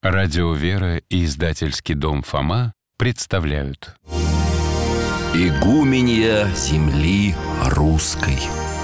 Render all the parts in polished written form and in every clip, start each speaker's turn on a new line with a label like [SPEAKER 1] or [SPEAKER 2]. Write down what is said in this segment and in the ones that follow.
[SPEAKER 1] Радио «Вера» и издательский дом «Фома» представляют.
[SPEAKER 2] Игуменья земли русской.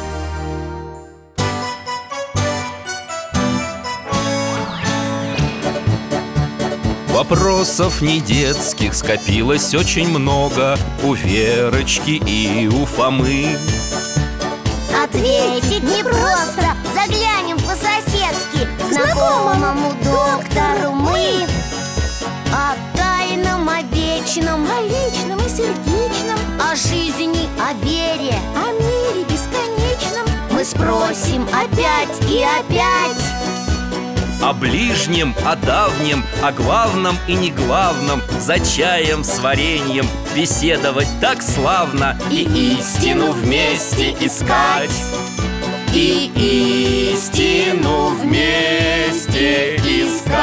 [SPEAKER 2] Вопросов не детских скопилось очень много у Верочки и у Фомы.
[SPEAKER 3] Ответить непросто, заглянем по-соседски знакомому доктору мы. О тайном, о вечном,
[SPEAKER 4] о личном и сердечном,
[SPEAKER 3] о жизни, о вере,
[SPEAKER 4] о мире бесконечном
[SPEAKER 3] мы спросим опять и опять.
[SPEAKER 2] О ближнем, о давнем, о главном и неглавном, за чаем с вареньем беседовать так славно. И истину вместе искать, и истину вместе искать.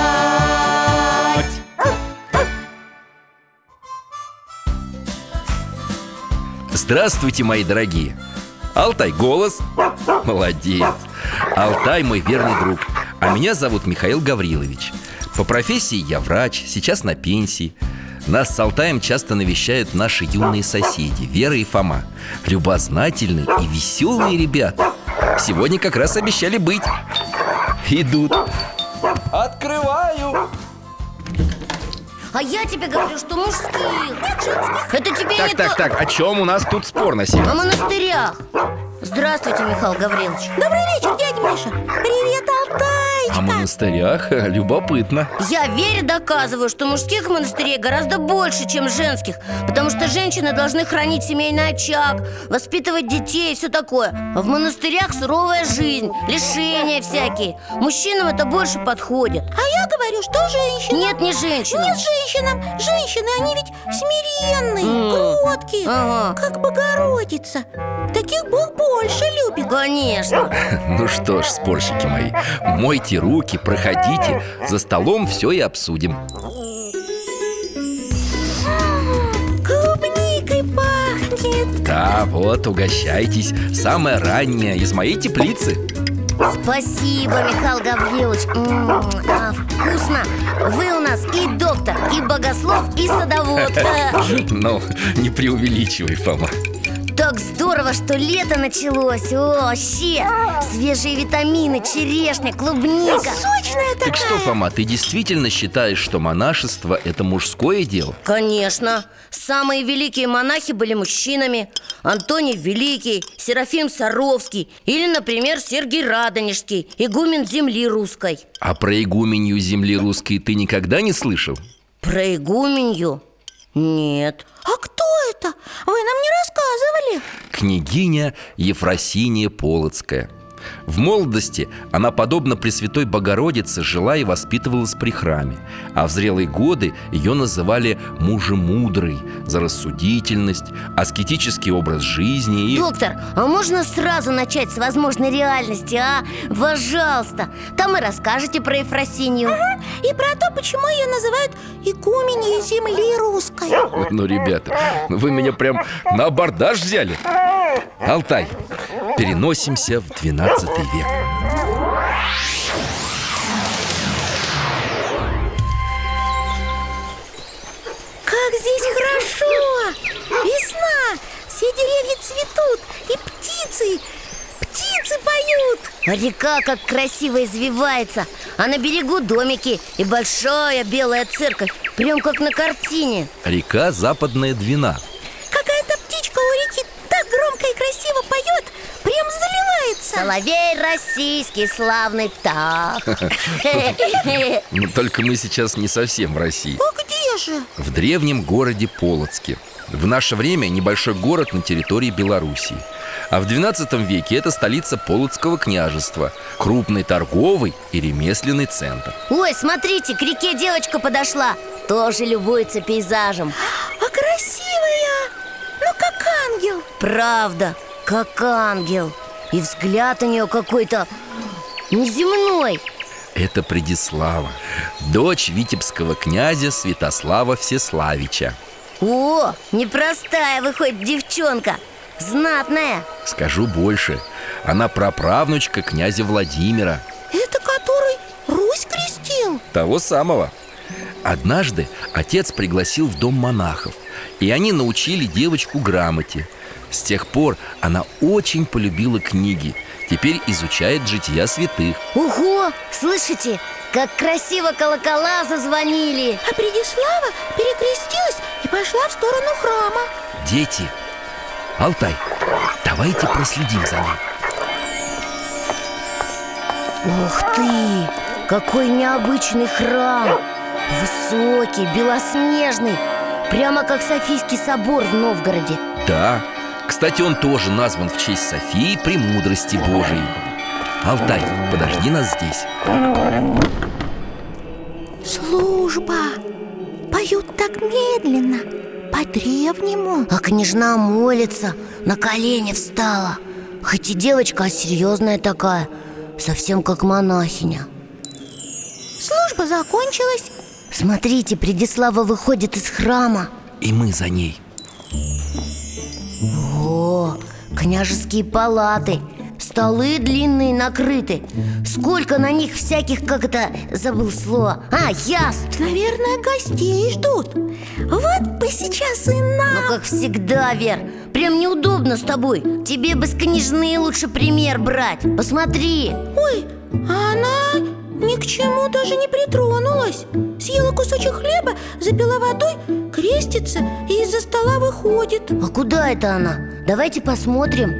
[SPEAKER 2] Здравствуйте, мои дорогие. Алтай голос. Молодец. Алтай мой верный друг. А меня зовут Михаил Гаврилович. По профессии я врач, сейчас на пенсии. Нас с Алтаем часто навещают наши юные соседи Вера и Фома. Любознательные и веселые ребята. Сегодня как раз обещали быть. Идут. Открываю.
[SPEAKER 3] А я тебе говорю, что мужских. Это тебе не то.
[SPEAKER 2] Так, о чем у нас тут спор на сей
[SPEAKER 3] О
[SPEAKER 2] раз?
[SPEAKER 3] монастырях. Здравствуйте, Михаил Гаврилович.
[SPEAKER 4] Добрый вечер, дядя Миша. Привет, Алтайчка.
[SPEAKER 2] О монастырях? Любопытно.
[SPEAKER 3] Я Вере доказываю, что мужских монастырей гораздо больше, чем женских. Потому что женщины должны хранить семейный очаг, воспитывать детей и все такое. А в монастырях суровая жизнь, лишения всякие. Мужчинам это больше подходит.
[SPEAKER 4] А я говорю, что женщины.
[SPEAKER 3] Нет, не женщинам.
[SPEAKER 4] Нет, женщинам. Женщины, они ведь смиренные, кроткие,
[SPEAKER 3] Ага.
[SPEAKER 4] как Богородица. Таких Бог больше любит.
[SPEAKER 3] Конечно.
[SPEAKER 2] Ну что ж, спорщики мои, мойте руки, проходите. За столом все и обсудим.
[SPEAKER 4] Клубникой пахнет.
[SPEAKER 2] Да, вот, угощайтесь. Самое раннее из моей теплицы.
[SPEAKER 3] Спасибо, Михаил Гаврилович. Вкусно. Вы у нас и доктор, и богослов, и садовод.
[SPEAKER 2] Ну, не преувеличивай, Фома.
[SPEAKER 3] Так здорово, что лето началось. О, вообще. Свежие витамины, черешня, клубника.
[SPEAKER 4] Сочная такая.
[SPEAKER 2] Так что, Фома, ты действительно считаешь, что монашество – это мужское дело?
[SPEAKER 3] Конечно. Самые великие монахи были мужчинами. Антоний Великий, Серафим Саровский или, например, Сергий Радонежский, игумен земли русской.
[SPEAKER 2] А про игуменью земли русской ты никогда не слышал?
[SPEAKER 3] Про игуменью? Нет.
[SPEAKER 4] А кто это? Вы нам не рассказывали.
[SPEAKER 2] Княгиня Ефросиния Полоцкая. В молодости она, подобно Пресвятой Богородице, жила и воспитывалась при храме. А в зрелые годы ее называли мужемудрой за рассудительность, аскетический образ жизни и...
[SPEAKER 3] Доктор, а можно сразу начать с возможной реальности, а? Пожалуйста. Там и расскажете про Ефросинью.
[SPEAKER 4] И про то, почему ее называют игуменей земли русской.
[SPEAKER 2] Ну, ребята, вы меня прям на абордаж взяли. Алтай, переносимся в 12 век.
[SPEAKER 4] Как здесь хорошо! Весна! Все деревья цветут, и птицы поют.
[SPEAKER 3] А река как красиво извивается. А на берегу домики и большая белая церковь, прям как на картине.
[SPEAKER 2] Река Западная Двина.
[SPEAKER 4] Какая-то птичка у реки так громко и красиво поет, прям заливается.
[SPEAKER 3] Соловей российский, славный птах.
[SPEAKER 2] Но только мы сейчас не совсем в России.
[SPEAKER 4] А где же?
[SPEAKER 2] В древнем городе Полоцке. В наше время небольшой город на территории Белоруссии. А в XII веке это столица Полоцкого княжества, крупный торговый и ремесленный центр.
[SPEAKER 3] Ой, смотрите, к реке девочка подошла. Тоже любуется пейзажем.
[SPEAKER 4] А красивая! Ну, как ангел.
[SPEAKER 3] Правда, как ангел. И взгляд у нее какой-то неземной.
[SPEAKER 2] Это Предислава, дочь витебского князя Святослава Всеславича.
[SPEAKER 3] О, непростая выходит девчонка. Знатная.
[SPEAKER 2] Скажу больше, она праправнучка князя Владимира.
[SPEAKER 4] Это который Русь крестил? учил?
[SPEAKER 2] Того самого. Однажды отец пригласил в дом монахов, и они научили девочку грамоте. С тех пор она очень полюбила книги. Теперь изучает жития святых.
[SPEAKER 3] Ого, слышите, как красиво колокола зазвонили.
[SPEAKER 4] А Предислава перекрестилась и пошла в сторону храма.
[SPEAKER 2] Дети, Алтай, давайте проследим за ней.
[SPEAKER 3] Ух ты, какой необычный храм. Высокий, белоснежный, прямо как Софийский собор в Новгороде.
[SPEAKER 2] Да, кстати, он тоже назван в честь Софии Премудрости Божией. Алтай, подожди нас здесь.
[SPEAKER 4] Служба. Поют так медленно, по-древнему.
[SPEAKER 3] А княжна молится, на колени встала. Хоть и девочка, а серьезная такая, совсем как монахиня.
[SPEAKER 4] Служба закончилась.
[SPEAKER 3] Смотрите, Предислава выходит из храма.
[SPEAKER 2] И мы за ней.
[SPEAKER 3] О, княжеские палаты, столы длинные накрыты. Сколько на них всяких, как это, забыл слово. Яств.
[SPEAKER 4] Наверное, гостей ждут. Вот бы сейчас и нам.
[SPEAKER 3] Ну, как всегда, Вер, прям неудобно с тобой. Тебе бы с княжны лучше пример брать. Посмотри.
[SPEAKER 4] Ой, а она ни к чему даже не притронулась. Съела кусочек хлеба, запила водой, крестится и из-за стола выходит.
[SPEAKER 3] А куда это она? Давайте посмотрим.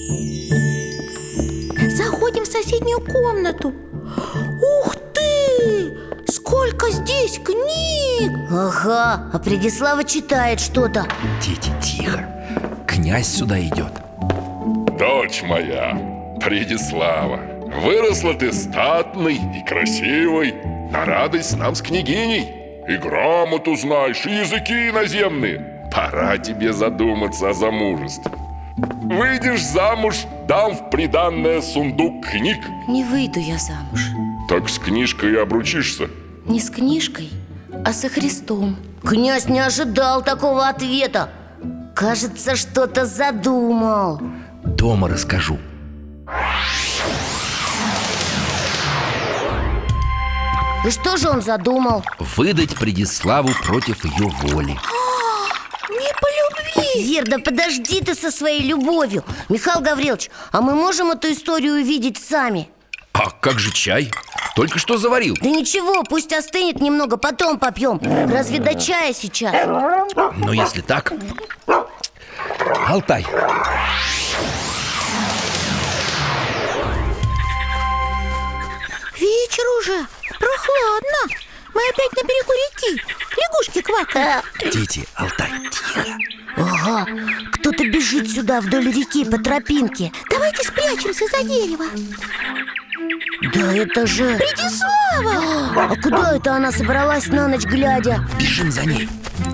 [SPEAKER 4] Заходим в соседнюю комнату. Ух ты! Сколько здесь книг!
[SPEAKER 3] Ага, а Предислава читает что-то.
[SPEAKER 2] Дети, тихо. Князь сюда идет.
[SPEAKER 5] Дочь моя, Предислава, выросла ты статной и красивой, на радость нам с княгиней. И грамоту знаешь, и языки иноземные. Пора тебе задуматься о замужестве. Выйдешь замуж, дам в приданное сундук книг.
[SPEAKER 6] Не выйду я замуж.
[SPEAKER 5] Так с книжкой и обручишься.
[SPEAKER 6] Не с книжкой, а со Христом.
[SPEAKER 3] Князь не ожидал такого ответа. Кажется, что-то задумал.
[SPEAKER 2] Дома расскажу.
[SPEAKER 3] И что же он задумал?
[SPEAKER 2] Выдать Предиславу против ее воли.
[SPEAKER 4] Не по любви.
[SPEAKER 3] Вер, да подожди ты со своей любовью. Михаил Гаврилович, а мы можем эту историю увидеть сами?
[SPEAKER 2] А как же чай? Только что заварил.
[SPEAKER 3] Да ничего, пусть остынет немного, потом попьем. Разве до чая сейчас?
[SPEAKER 2] Но если так... Алтай,
[SPEAKER 4] Вечер уже, прохладно. Мы опять на берегу реки. Лягушки квакают.
[SPEAKER 2] дети, Алтай, тихо.
[SPEAKER 3] Ага, кто-то бежит сюда вдоль реки по тропинке.
[SPEAKER 4] Давайте спрячемся за дерево.
[SPEAKER 3] Да это же...
[SPEAKER 4] Предислава!
[SPEAKER 3] А куда это она собралась на ночь глядя?
[SPEAKER 2] Бежим за ней.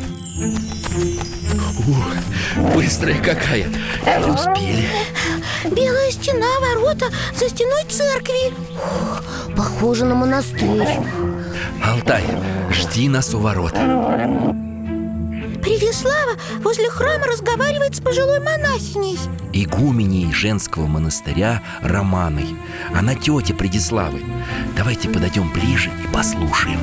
[SPEAKER 2] Быстрая какая. Не успели.
[SPEAKER 4] Белая стена, ворота за стеной церкви.
[SPEAKER 3] Похоже на монастырь.
[SPEAKER 2] Алтай, жди нас у ворот.
[SPEAKER 4] Предислава возле храма разговаривает с пожилой монахиней.
[SPEAKER 2] Игуменей женского монастыря Романой. Она тетя Предиславы. Давайте подойдем ближе и послушаем.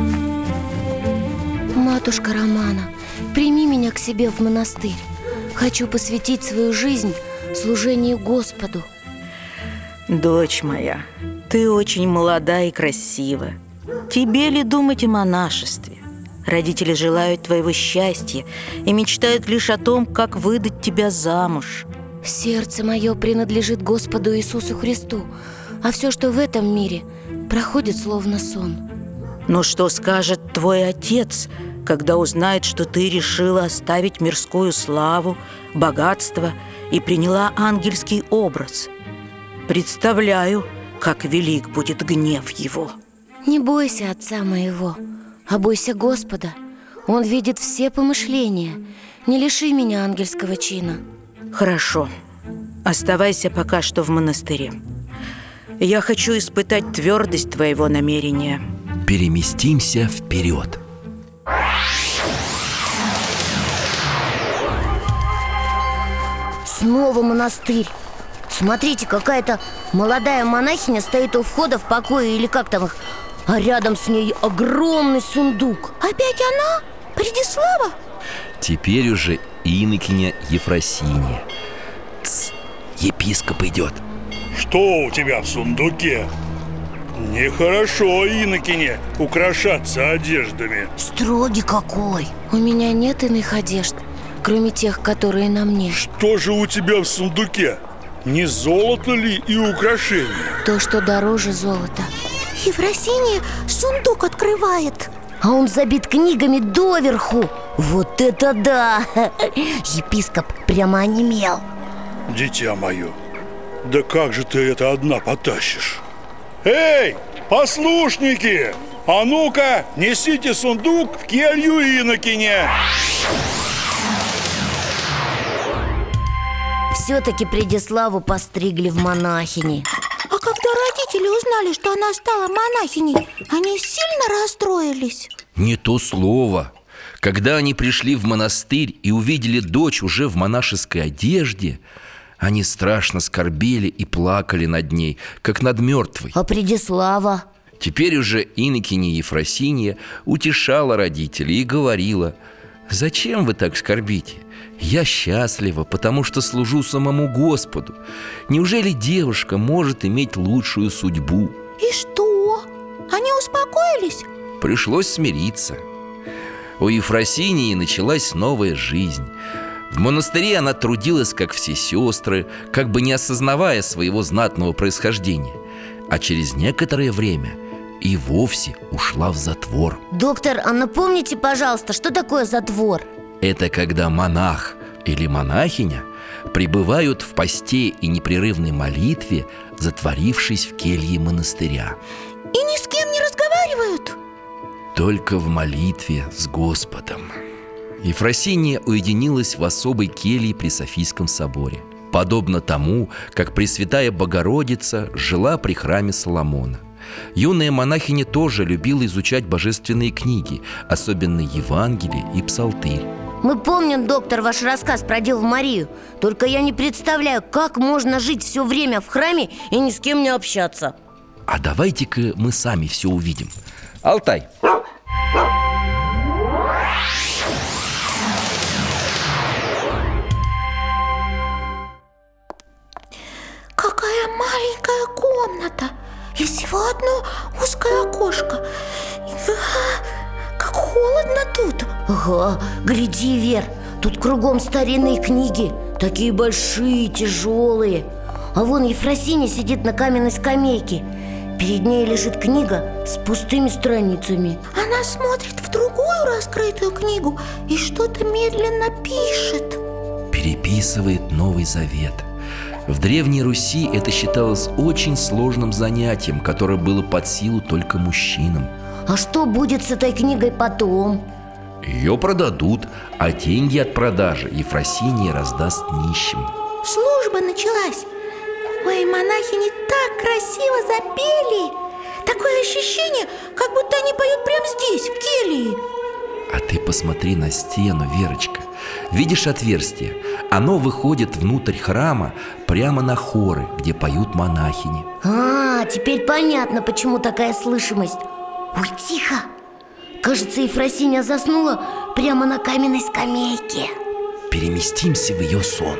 [SPEAKER 6] Матушка Романа, прими меня к себе в монастырь. Хочу посвятить свою жизнь служению Господу.
[SPEAKER 7] Дочь моя, ты очень молода и красива. Тебе ли думать о монашестве? Родители желают твоего счастья и мечтают лишь о том, как выдать тебя замуж.
[SPEAKER 6] Сердце мое принадлежит Господу Иисусу Христу, а все, что в этом мире, проходит словно сон.
[SPEAKER 7] Но что скажет твой отец, когда узнает, что ты решила оставить мирскую славу, богатство и приняла ангельский образ? Представляю, как велик будет гнев его.
[SPEAKER 6] Не бойся отца моего, а бойся Господа. Он видит все помышления. Не лиши меня ангельского чина.
[SPEAKER 7] Хорошо, оставайся пока что в монастыре. Я хочу испытать твердость твоего намерения.
[SPEAKER 2] Переместимся вперед.
[SPEAKER 3] Снова монастырь. Смотрите, какая-то молодая монахиня стоит у входа в покое, или как там их, а рядом с ней огромный сундук.
[SPEAKER 4] Опять она? Предислава?
[SPEAKER 2] Теперь уже инокиня Ефросинья. Тс, епископ идет.
[SPEAKER 8] Что у тебя в сундуке? Нехорошо, инокине, украшаться одеждами.
[SPEAKER 3] Строгий какой.
[SPEAKER 6] У меня нет иных одежд, кроме тех, которые на мне.
[SPEAKER 8] Что же у тебя в сундуке? Не золото ли и украшения?
[SPEAKER 6] То, что дороже золота.
[SPEAKER 4] Ефросинья сундук открывает.
[SPEAKER 3] А он забит книгами доверху. Вот это да! Епископ прямо онемел.
[SPEAKER 8] Дитя мое, да как же ты это одна потащишь? Эй, послушники! А ну-ка, несите сундук в келью инокине!
[SPEAKER 3] Все-таки Предиславу постригли в монахини.
[SPEAKER 4] А когда родители узнали, что она стала монахиней, они сильно расстроились?
[SPEAKER 2] Не то слово. Когда они пришли в монастырь и увидели дочь уже в монашеской одежде, они страшно скорбели и плакали над ней, как над мертвой.
[SPEAKER 3] А Предислава?
[SPEAKER 2] Теперь уже инокиня Ефросинья утешала родителей и говорила: «Зачем вы так скорбите? Я счастлива, потому что служу самому Господу. Неужели девушка может иметь лучшую судьбу?»
[SPEAKER 4] И что? Они успокоились?
[SPEAKER 2] Пришлось смириться. У Ефросиньи началась новая жизнь. В монастыре она трудилась, как все сестры, как бы не осознавая своего знатного происхождения. А через некоторое время и вовсе ушла в затвор.
[SPEAKER 3] Доктор, а напомните, пожалуйста, что такое затвор?
[SPEAKER 2] Это когда монах или монахиня пребывают в посте и непрерывной молитве, затворившись в келье монастыря.
[SPEAKER 4] И ни с кем не разговаривают?
[SPEAKER 2] Только в молитве с Господом. Ефросинья уединилась в особой келье при Софийском соборе, подобно тому, как Пресвятая Богородица жила при храме Соломона. Юная монахиня тоже любила изучать божественные книги, особенно Евангелие и Псалтырь.
[SPEAKER 3] Мы помним, доктор, ваш рассказ про Деву Марию. Только я не представляю, как можно жить все время в храме и ни с кем не общаться.
[SPEAKER 2] А давайте-ка мы сами все увидим. Алтай!
[SPEAKER 4] Какая маленькая комната. И всего одно узкое окошко. Как холодно тут.
[SPEAKER 3] Ага, гляди, Вер, тут кругом старинные книги. Такие большие, тяжелые. А вон Ефросинья сидит на каменной скамейке. Перед ней лежит книга с пустыми страницами.
[SPEAKER 4] Она смотрит в другую раскрытую книгу и что-то медленно пишет.
[SPEAKER 2] Переписывает Новый Завет. В Древней Руси это считалось очень сложным занятием, которое было под силу только мужчинам.
[SPEAKER 3] А что будет с этой книгой потом?
[SPEAKER 2] Ее продадут, а деньги от продажи Ефросинья раздаст нищим.
[SPEAKER 4] Служба началась. Ой, монахини так красиво запели. Такое ощущение, как будто они поют прямо здесь, в келье.
[SPEAKER 2] А ты посмотри на стену, Верочка. Видишь отверстие? Оно выходит внутрь храма, прямо на хоры, где поют монахини.
[SPEAKER 3] А, теперь понятно, почему такая слышимость. Ой, тихо! Кажется, Ефросинья заснула прямо на каменной скамейке.
[SPEAKER 2] Переместимся в ее сон.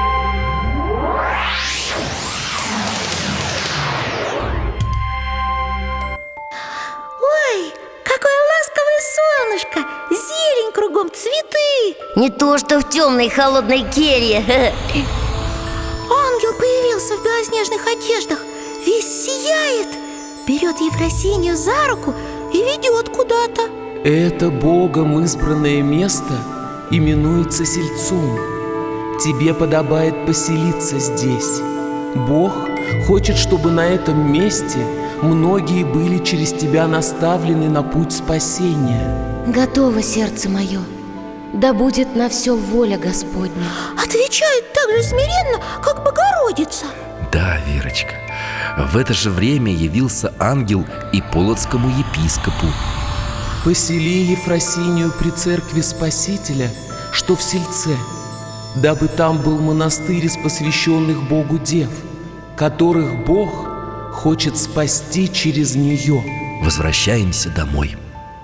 [SPEAKER 4] Ой, какое ласковое солнышко. Зелень кругом, цветы.
[SPEAKER 3] Не то, что в темной холодной келье.
[SPEAKER 4] Ангел появился в белоснежных одеждах. Весь сияет. Берет Ефросинью за руку и ведет куда-то.
[SPEAKER 9] Это Богом избранное место именуется Сельцом. Тебе подобает поселиться здесь. Бог хочет, чтобы на этом месте многие были через тебя наставлены на путь спасения.
[SPEAKER 6] Готово сердце мое, да будет на все воля Господня.
[SPEAKER 4] Отвечает так же смиренно, как Богородица.
[SPEAKER 2] Да, Верочка. В это же время явился ангел и полоцкому епископу.
[SPEAKER 9] Посели Ефросинью при церкви Спасителя, что в Сельце, дабы там был монастырь из посвященных Богу дев, которых Бог хочет спасти через нее.
[SPEAKER 2] возвращаемся домой.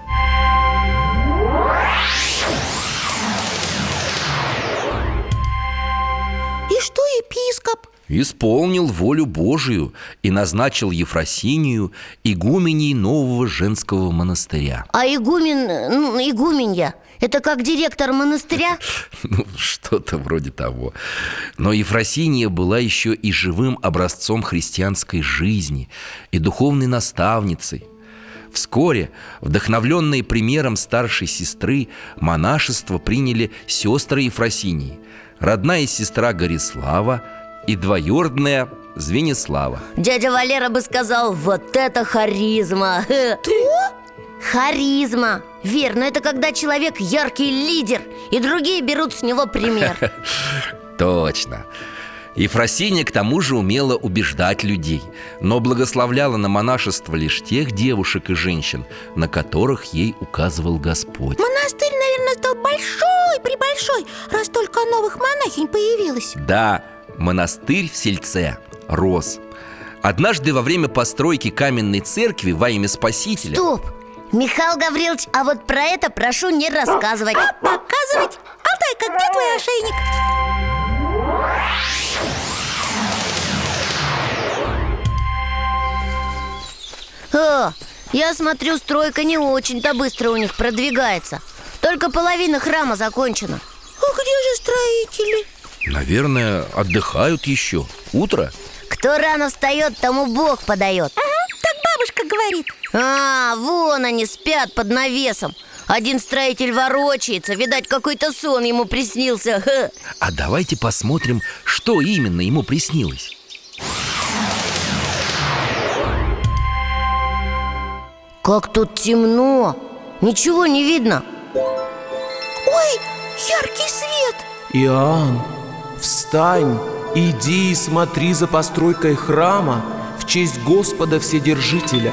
[SPEAKER 4] И что епископ?
[SPEAKER 2] Исполнил волю Божию и назначил Ефросинию игуменей нового женского монастыря.
[SPEAKER 3] А игуменья – это как директор монастыря?
[SPEAKER 2] Ну, что-то вроде того. Но Ефросиния была еще и живым образцом христианской жизни и духовной наставницей. Вскоре, вдохновленные примером старшей сестры, монашество приняли сестры Ефросинии, родная сестра Горислава и двоюродная Звенислава.
[SPEAKER 3] Дядя Валера бы сказал: вот это харизма! Что? Харизма. Верно, это когда человек яркий лидер, и другие берут с него пример.
[SPEAKER 2] Точно. Ефросиния к тому же умела убеждать людей, но благословляла на монашество лишь тех девушек и женщин, на которых ей указывал Господь.
[SPEAKER 4] Монастырь, наверное, стал большой-пребольшой, раз только новых монахинь появилось.
[SPEAKER 2] Да, монастырь в Сельце рос. Однажды во время постройки каменной церкви во имя Спасителя...
[SPEAKER 3] Стоп! Михаил Гаврилович, а вот про это прошу не рассказывать.
[SPEAKER 4] Показывать? Алтайка, где твой ошейник?
[SPEAKER 3] Я смотрю, стройка не очень-то быстро у них продвигается. Только половина храма закончена.
[SPEAKER 4] А где же строители?
[SPEAKER 2] Наверное, отдыхают еще. Утро.
[SPEAKER 3] Кто рано встает, тому Бог подает.
[SPEAKER 4] Так бабушка говорит.
[SPEAKER 3] Вон они спят под навесом. Один строитель ворочается. Видать, какой-то сон ему приснился.
[SPEAKER 2] А давайте посмотрим, что именно ему приснилось.
[SPEAKER 3] Как тут темно. Ничего не видно.
[SPEAKER 4] Ой, яркий свет.
[SPEAKER 9] Иоанн, встань, иди и смотри за постройкой храма в честь Господа Вседержителя.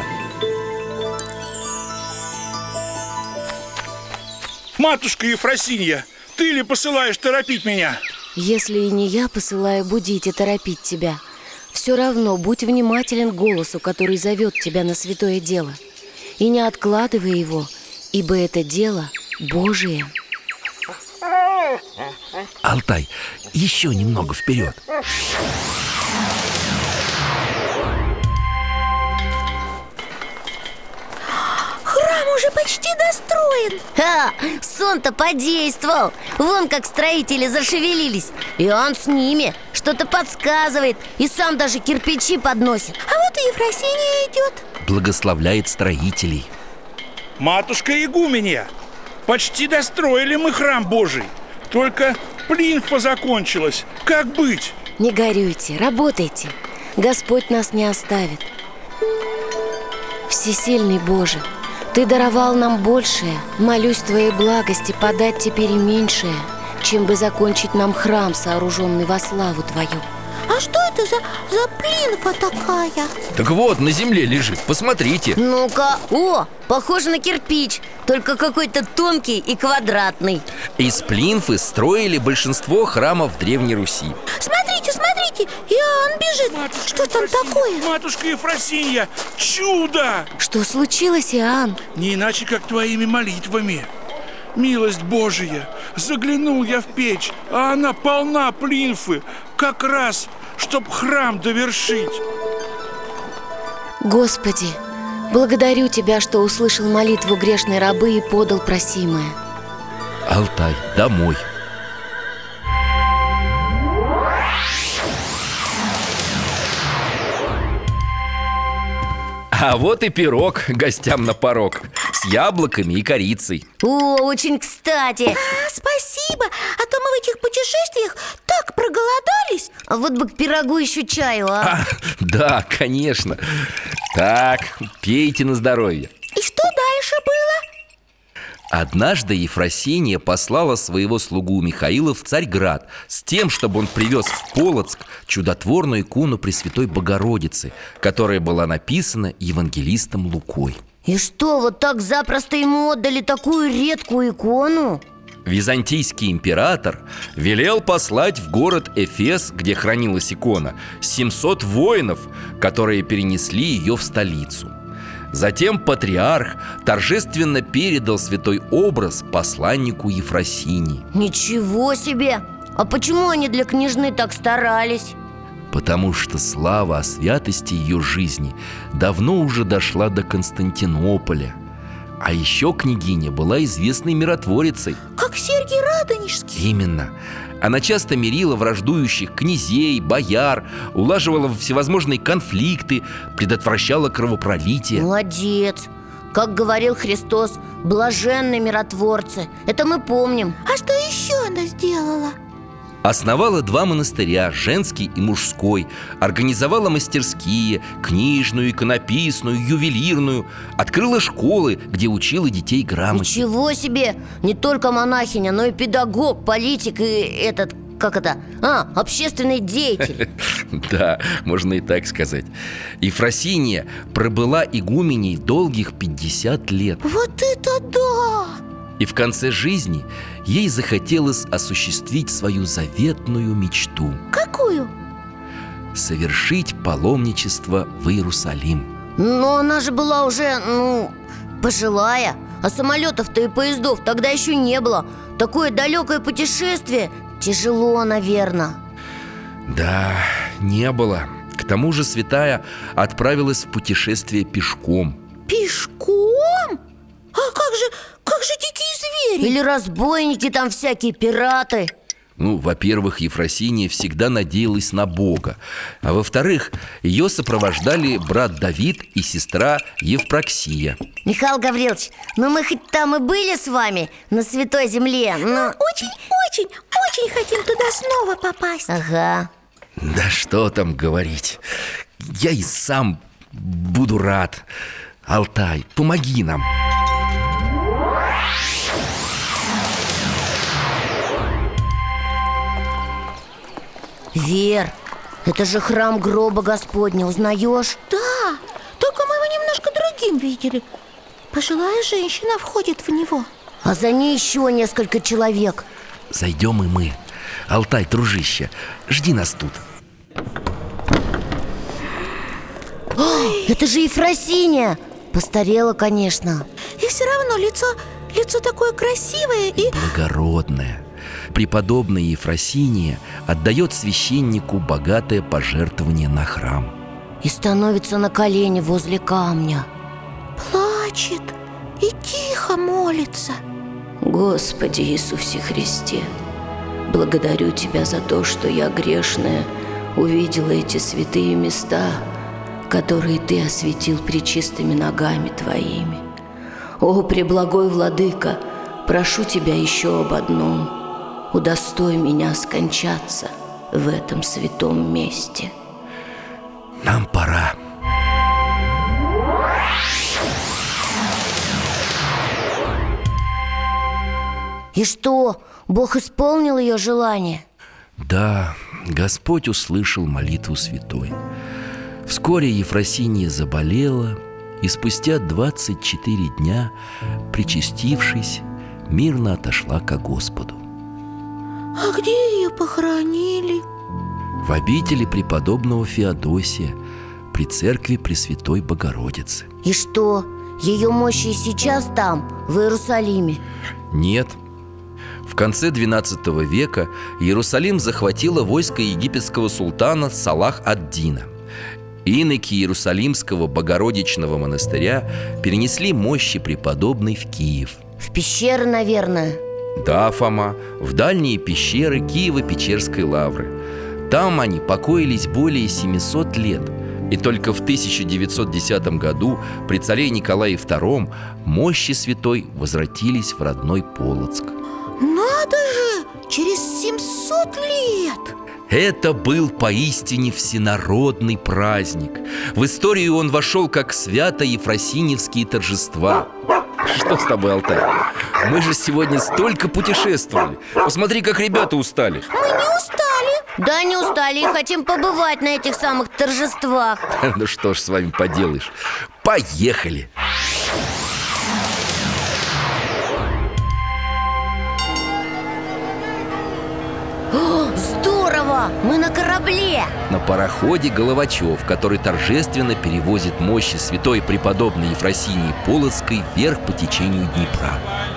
[SPEAKER 8] Матушка Ефросинья, ты ли посылаешь торопить меня?
[SPEAKER 6] Если и не я посылаю будить и торопить тебя, все равно будь внимателен к голосу, который зовет тебя на святое дело, и не откладывай его, ибо это дело Божие.
[SPEAKER 2] Алтай, еще немного вперед.
[SPEAKER 4] Храм уже почти достроен.
[SPEAKER 3] Сон-то подействовал. Вон как строители зашевелились. И он с ними что-то подсказывает. И сам даже кирпичи подносит.
[SPEAKER 4] А вот и Ефросиния идет.
[SPEAKER 2] Благословляет строителей.
[SPEAKER 8] Матушка игуменья, почти достроили мы храм Божий. Только плинфа закончилась. Как быть?
[SPEAKER 6] Не горюйте, работайте. Господь нас не оставит. Всесильный Боже, Ты даровал нам большее. Молюсь Твоей благости подать теперь и меньшее, чем бы закончить нам храм, сооруженный во славу Твою.
[SPEAKER 4] А что это за плинфа такая?
[SPEAKER 2] Так вот, на земле лежит, посмотрите.
[SPEAKER 3] Ну-ка, похоже на кирпич, только какой-то тонкий и квадратный.
[SPEAKER 2] Из плинфы строили большинство храмов Древней Руси.
[SPEAKER 4] Смотрите, смотрите, Иоанн бежит. Что там такое?
[SPEAKER 8] Матушка Ефросинья, чудо!
[SPEAKER 6] Что случилось, Иоанн?
[SPEAKER 8] Не иначе, как твоими молитвами. Милость Божия, заглянул я в печь, а она полна плинфы, как раз, чтоб храм довершить.
[SPEAKER 6] Господи, благодарю Тебя, что услышал молитву грешной рабы и подал просимое.
[SPEAKER 2] Алтай, домой. А вот и пирог гостям на порог с яблоками и корицей.
[SPEAKER 3] Очень кстати.
[SPEAKER 4] Спасибо, а то мы в этих путешествиях так проголодались.
[SPEAKER 3] А вот бы к пирогу еще чаю,
[SPEAKER 2] Да, конечно. Так, пейте на здоровье.
[SPEAKER 4] И что дальше было?
[SPEAKER 2] Однажды Ефросиния послала своего слугу Михаила в Царьград с тем, чтобы он привез в Полоцк чудотворную икону Пресвятой Богородицы, которая была написана евангелистом Лукой.
[SPEAKER 3] И что, вот так запросто ему отдали такую редкую икону?
[SPEAKER 2] Византийский император велел послать в город Эфес, где хранилась икона, 700 воинов, которые перенесли ее в столицу. Затем патриарх торжественно передал святой образ посланнику Ефросинии.
[SPEAKER 3] Ничего себе! А почему они для княжны так старались?
[SPEAKER 2] Потому что слава о святости ее жизни давно уже дошла до Константинополя. А еще княгиня была известной миротворицей.
[SPEAKER 4] Как Сергий Радонежский.
[SPEAKER 2] Именно. Она часто мирила враждующих князей, бояр, улаживала всевозможные конфликты, предотвращала кровопролитие.
[SPEAKER 3] Молодец! Как говорил Христос, блаженны миротворцы. Это мы помним.
[SPEAKER 4] А что еще она сделала?
[SPEAKER 2] Основала 2 монастыря, женский и мужской. Организовала мастерские, книжную, иконописную, ювелирную. Открыла школы, где учила детей грамоте.
[SPEAKER 3] Ничего себе! Не только монахиня, но и педагог, политик и общественный деятель.
[SPEAKER 2] Да, можно и так сказать. Ефросиния пробыла игуменей долгих 50 лет.
[SPEAKER 4] Вот это да!
[SPEAKER 2] И в конце жизни ей захотелось осуществить свою заветную мечту.
[SPEAKER 4] Какую?
[SPEAKER 2] Совершить паломничество в Иерусалим.
[SPEAKER 3] Но она же была уже, пожилая. А самолетов-то и поездов тогда еще не было. Такое далекое путешествие тяжело, наверное.
[SPEAKER 2] Да, не было. К тому же святая отправилась в путешествие пешком.
[SPEAKER 4] Пешком? А как же дикие звери?
[SPEAKER 3] Или разбойники там всякие, пираты.
[SPEAKER 2] Во-первых, Ефросиния всегда надеялась на Бога. А во-вторых, ее сопровождали брат Давид и сестра Евпроксия.
[SPEAKER 3] Михаил Гаврилович, мы хоть там и были с вами, на Святой Земле, но...
[SPEAKER 4] Очень хотим туда снова попасть.
[SPEAKER 3] Ага.
[SPEAKER 2] Да что там говорить. Я и сам буду рад. Алтай, помоги нам.
[SPEAKER 3] Вер, это же храм гроба Господня, узнаешь?
[SPEAKER 4] Да, только мы его немножко другим видели. Пожилая женщина входит в него.
[SPEAKER 3] А за ней еще несколько человек.
[SPEAKER 2] Зайдем и мы. Алтай, дружище, жди нас тут.
[SPEAKER 3] Это же Ефросиния. Постарела, конечно.
[SPEAKER 4] И все равно лицо такое красивое и...
[SPEAKER 2] благородное. Преподобная Ефросиния отдает священнику богатое пожертвование на храм.
[SPEAKER 3] И становится на колени возле камня.
[SPEAKER 4] Плачет и тихо молится.
[SPEAKER 6] Господи Иисусе Христе, благодарю Тебя за то, что я, грешная, увидела эти святые места, которые Ты осветил пречистыми ногами Твоими. О, преблагой Владыка, прошу Тебя еще об одном: удостой меня скончаться в этом святом месте.
[SPEAKER 2] Нам пора.
[SPEAKER 3] И что, Бог исполнил ее желание?
[SPEAKER 2] Да, Господь услышал молитву святой. Вскоре Ефросиния заболела, и спустя 24 дня, причастившись, мирно отошла ко Господу.
[SPEAKER 4] А где ее похоронили?
[SPEAKER 2] В обители преподобного Феодосия, при церкви Пресвятой Богородицы.
[SPEAKER 3] И что, ее мощи сейчас там, в Иерусалиме?
[SPEAKER 2] Нет. В конце XII века Иерусалим захватило войско египетского султана Салах ад-Дина. Иноки Иерусалимского Богородичного монастыря перенесли мощи преподобной в Киев.
[SPEAKER 3] В пещеры, наверное.
[SPEAKER 2] Да, Фома, в дальние пещеры Киево-Печерской лавры. Там они покоились более 700 лет. И только в 1910 году при царе Николае II мощи святой возвратились в родной Полоцк.
[SPEAKER 4] Надо же! Через 700 лет!
[SPEAKER 2] Это был поистине всенародный праздник. В историю он вошел как свято-ефросиньевские торжества. Что с тобой, Алтай? Мы же сегодня столько путешествовали. Посмотри, как ребята устали.
[SPEAKER 4] Мы не устали.
[SPEAKER 3] Да, не устали и хотим побывать на этих самых торжествах.
[SPEAKER 2] Ну что ж с вами поделаешь. Поехали!
[SPEAKER 3] Здорово! Здорово! Мы на корабле!
[SPEAKER 2] На пароходе Головачев, который торжественно перевозит мощи святой преподобной Ефросинии Полоцкой вверх по течению Днепра.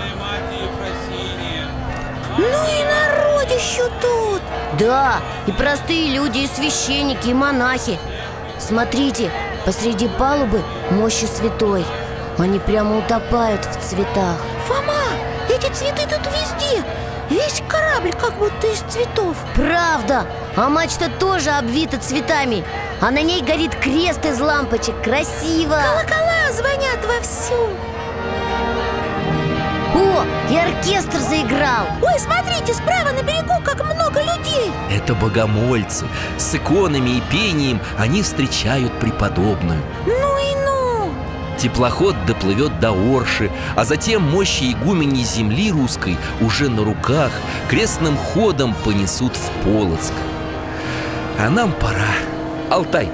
[SPEAKER 4] Ну и народищу тут!
[SPEAKER 3] Да, и простые люди, и священники, и монахи. Смотрите, посреди палубы мощи святой. Они прямо утопают в цветах.
[SPEAKER 4] Фома, эти цветы тут везде. Весь корабль как будто из цветов.
[SPEAKER 3] Правда, а мачта тоже обвита цветами. А на ней горит крест из лампочек. Красиво!
[SPEAKER 4] Колокола звонят вовсю.
[SPEAKER 3] О, и оркестр заиграл.
[SPEAKER 4] Ой, смотрите, справа на берегу как много людей.
[SPEAKER 2] Это богомольцы. С иконами и пением они встречают преподобную.
[SPEAKER 4] Ну и ну!
[SPEAKER 2] Теплоход доплывет до Орши, а затем мощи игумени земли русской уже на руках крестным ходом понесут в Полоцк. А нам пора. Алтай.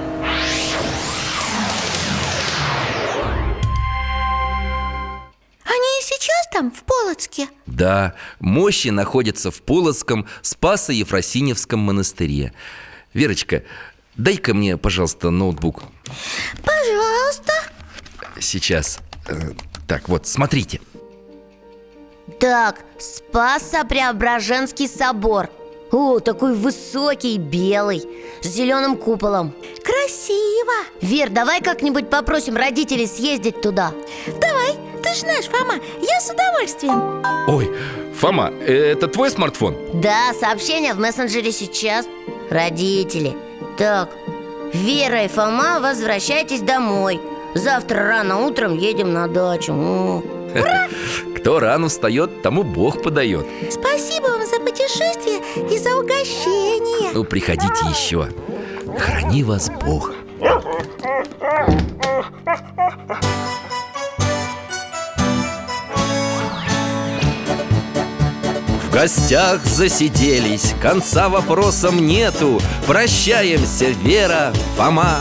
[SPEAKER 4] Они и сейчас там, в Полоцке?
[SPEAKER 2] Да, мощи находятся в Полоцком Спасо-Ефросиньевском монастыре. Верочка, дай-ка мне, пожалуйста, ноутбук.
[SPEAKER 4] Пожалуйста.
[SPEAKER 2] Сейчас. Так, вот, смотрите.
[SPEAKER 3] Так, Спасо-Преображенский собор. О, такой высокий, белый, с зеленым куполом.
[SPEAKER 4] Красиво.
[SPEAKER 3] Вер, давай как-нибудь попросим родителей съездить туда.
[SPEAKER 4] Давай, ты ж знаешь, Фома, я с удовольствием.
[SPEAKER 2] Ой, Фома, это твой смартфон?
[SPEAKER 3] Да, сообщение в мессенджере сейчас. Родители. Так, Вера и Фома, возвращайтесь домой. Завтра рано утром едем на дачу.
[SPEAKER 2] Кто рано встает, тому Бог подает.
[SPEAKER 4] Спасибо вам за путешествие и за угощение.
[SPEAKER 2] Ну, приходите еще. Храни вас Бог. В гостях засиделись, конца вопросам нету. Прощаемся, Вера, Фома.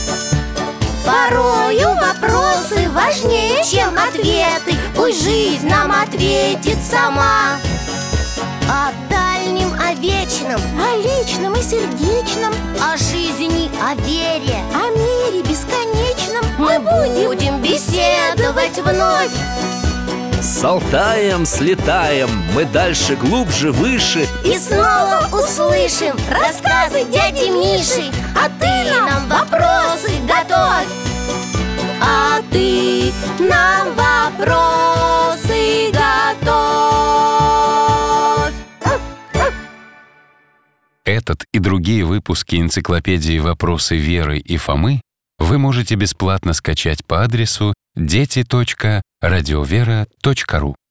[SPEAKER 3] Порою вопросы важнее, чем ответы. Пусть жизнь нам ответит сама. О дальнем, о вечном,
[SPEAKER 4] О личном и сердечном,
[SPEAKER 3] о жизни, о вере
[SPEAKER 4] о мире бесконечном
[SPEAKER 3] мы будем беседовать вновь.
[SPEAKER 2] С Алтаем слетаем, мы дальше, глубже, выше.
[SPEAKER 3] И снова услышим рассказы дяди Миши. А ты нам вопросы готовь. А ты нам вопросы готовь.
[SPEAKER 1] Этот и другие выпуски энциклопедии «Вопросы Веры и Фомы» вы можете бесплатно скачать по адресу дети.радиовера.ру.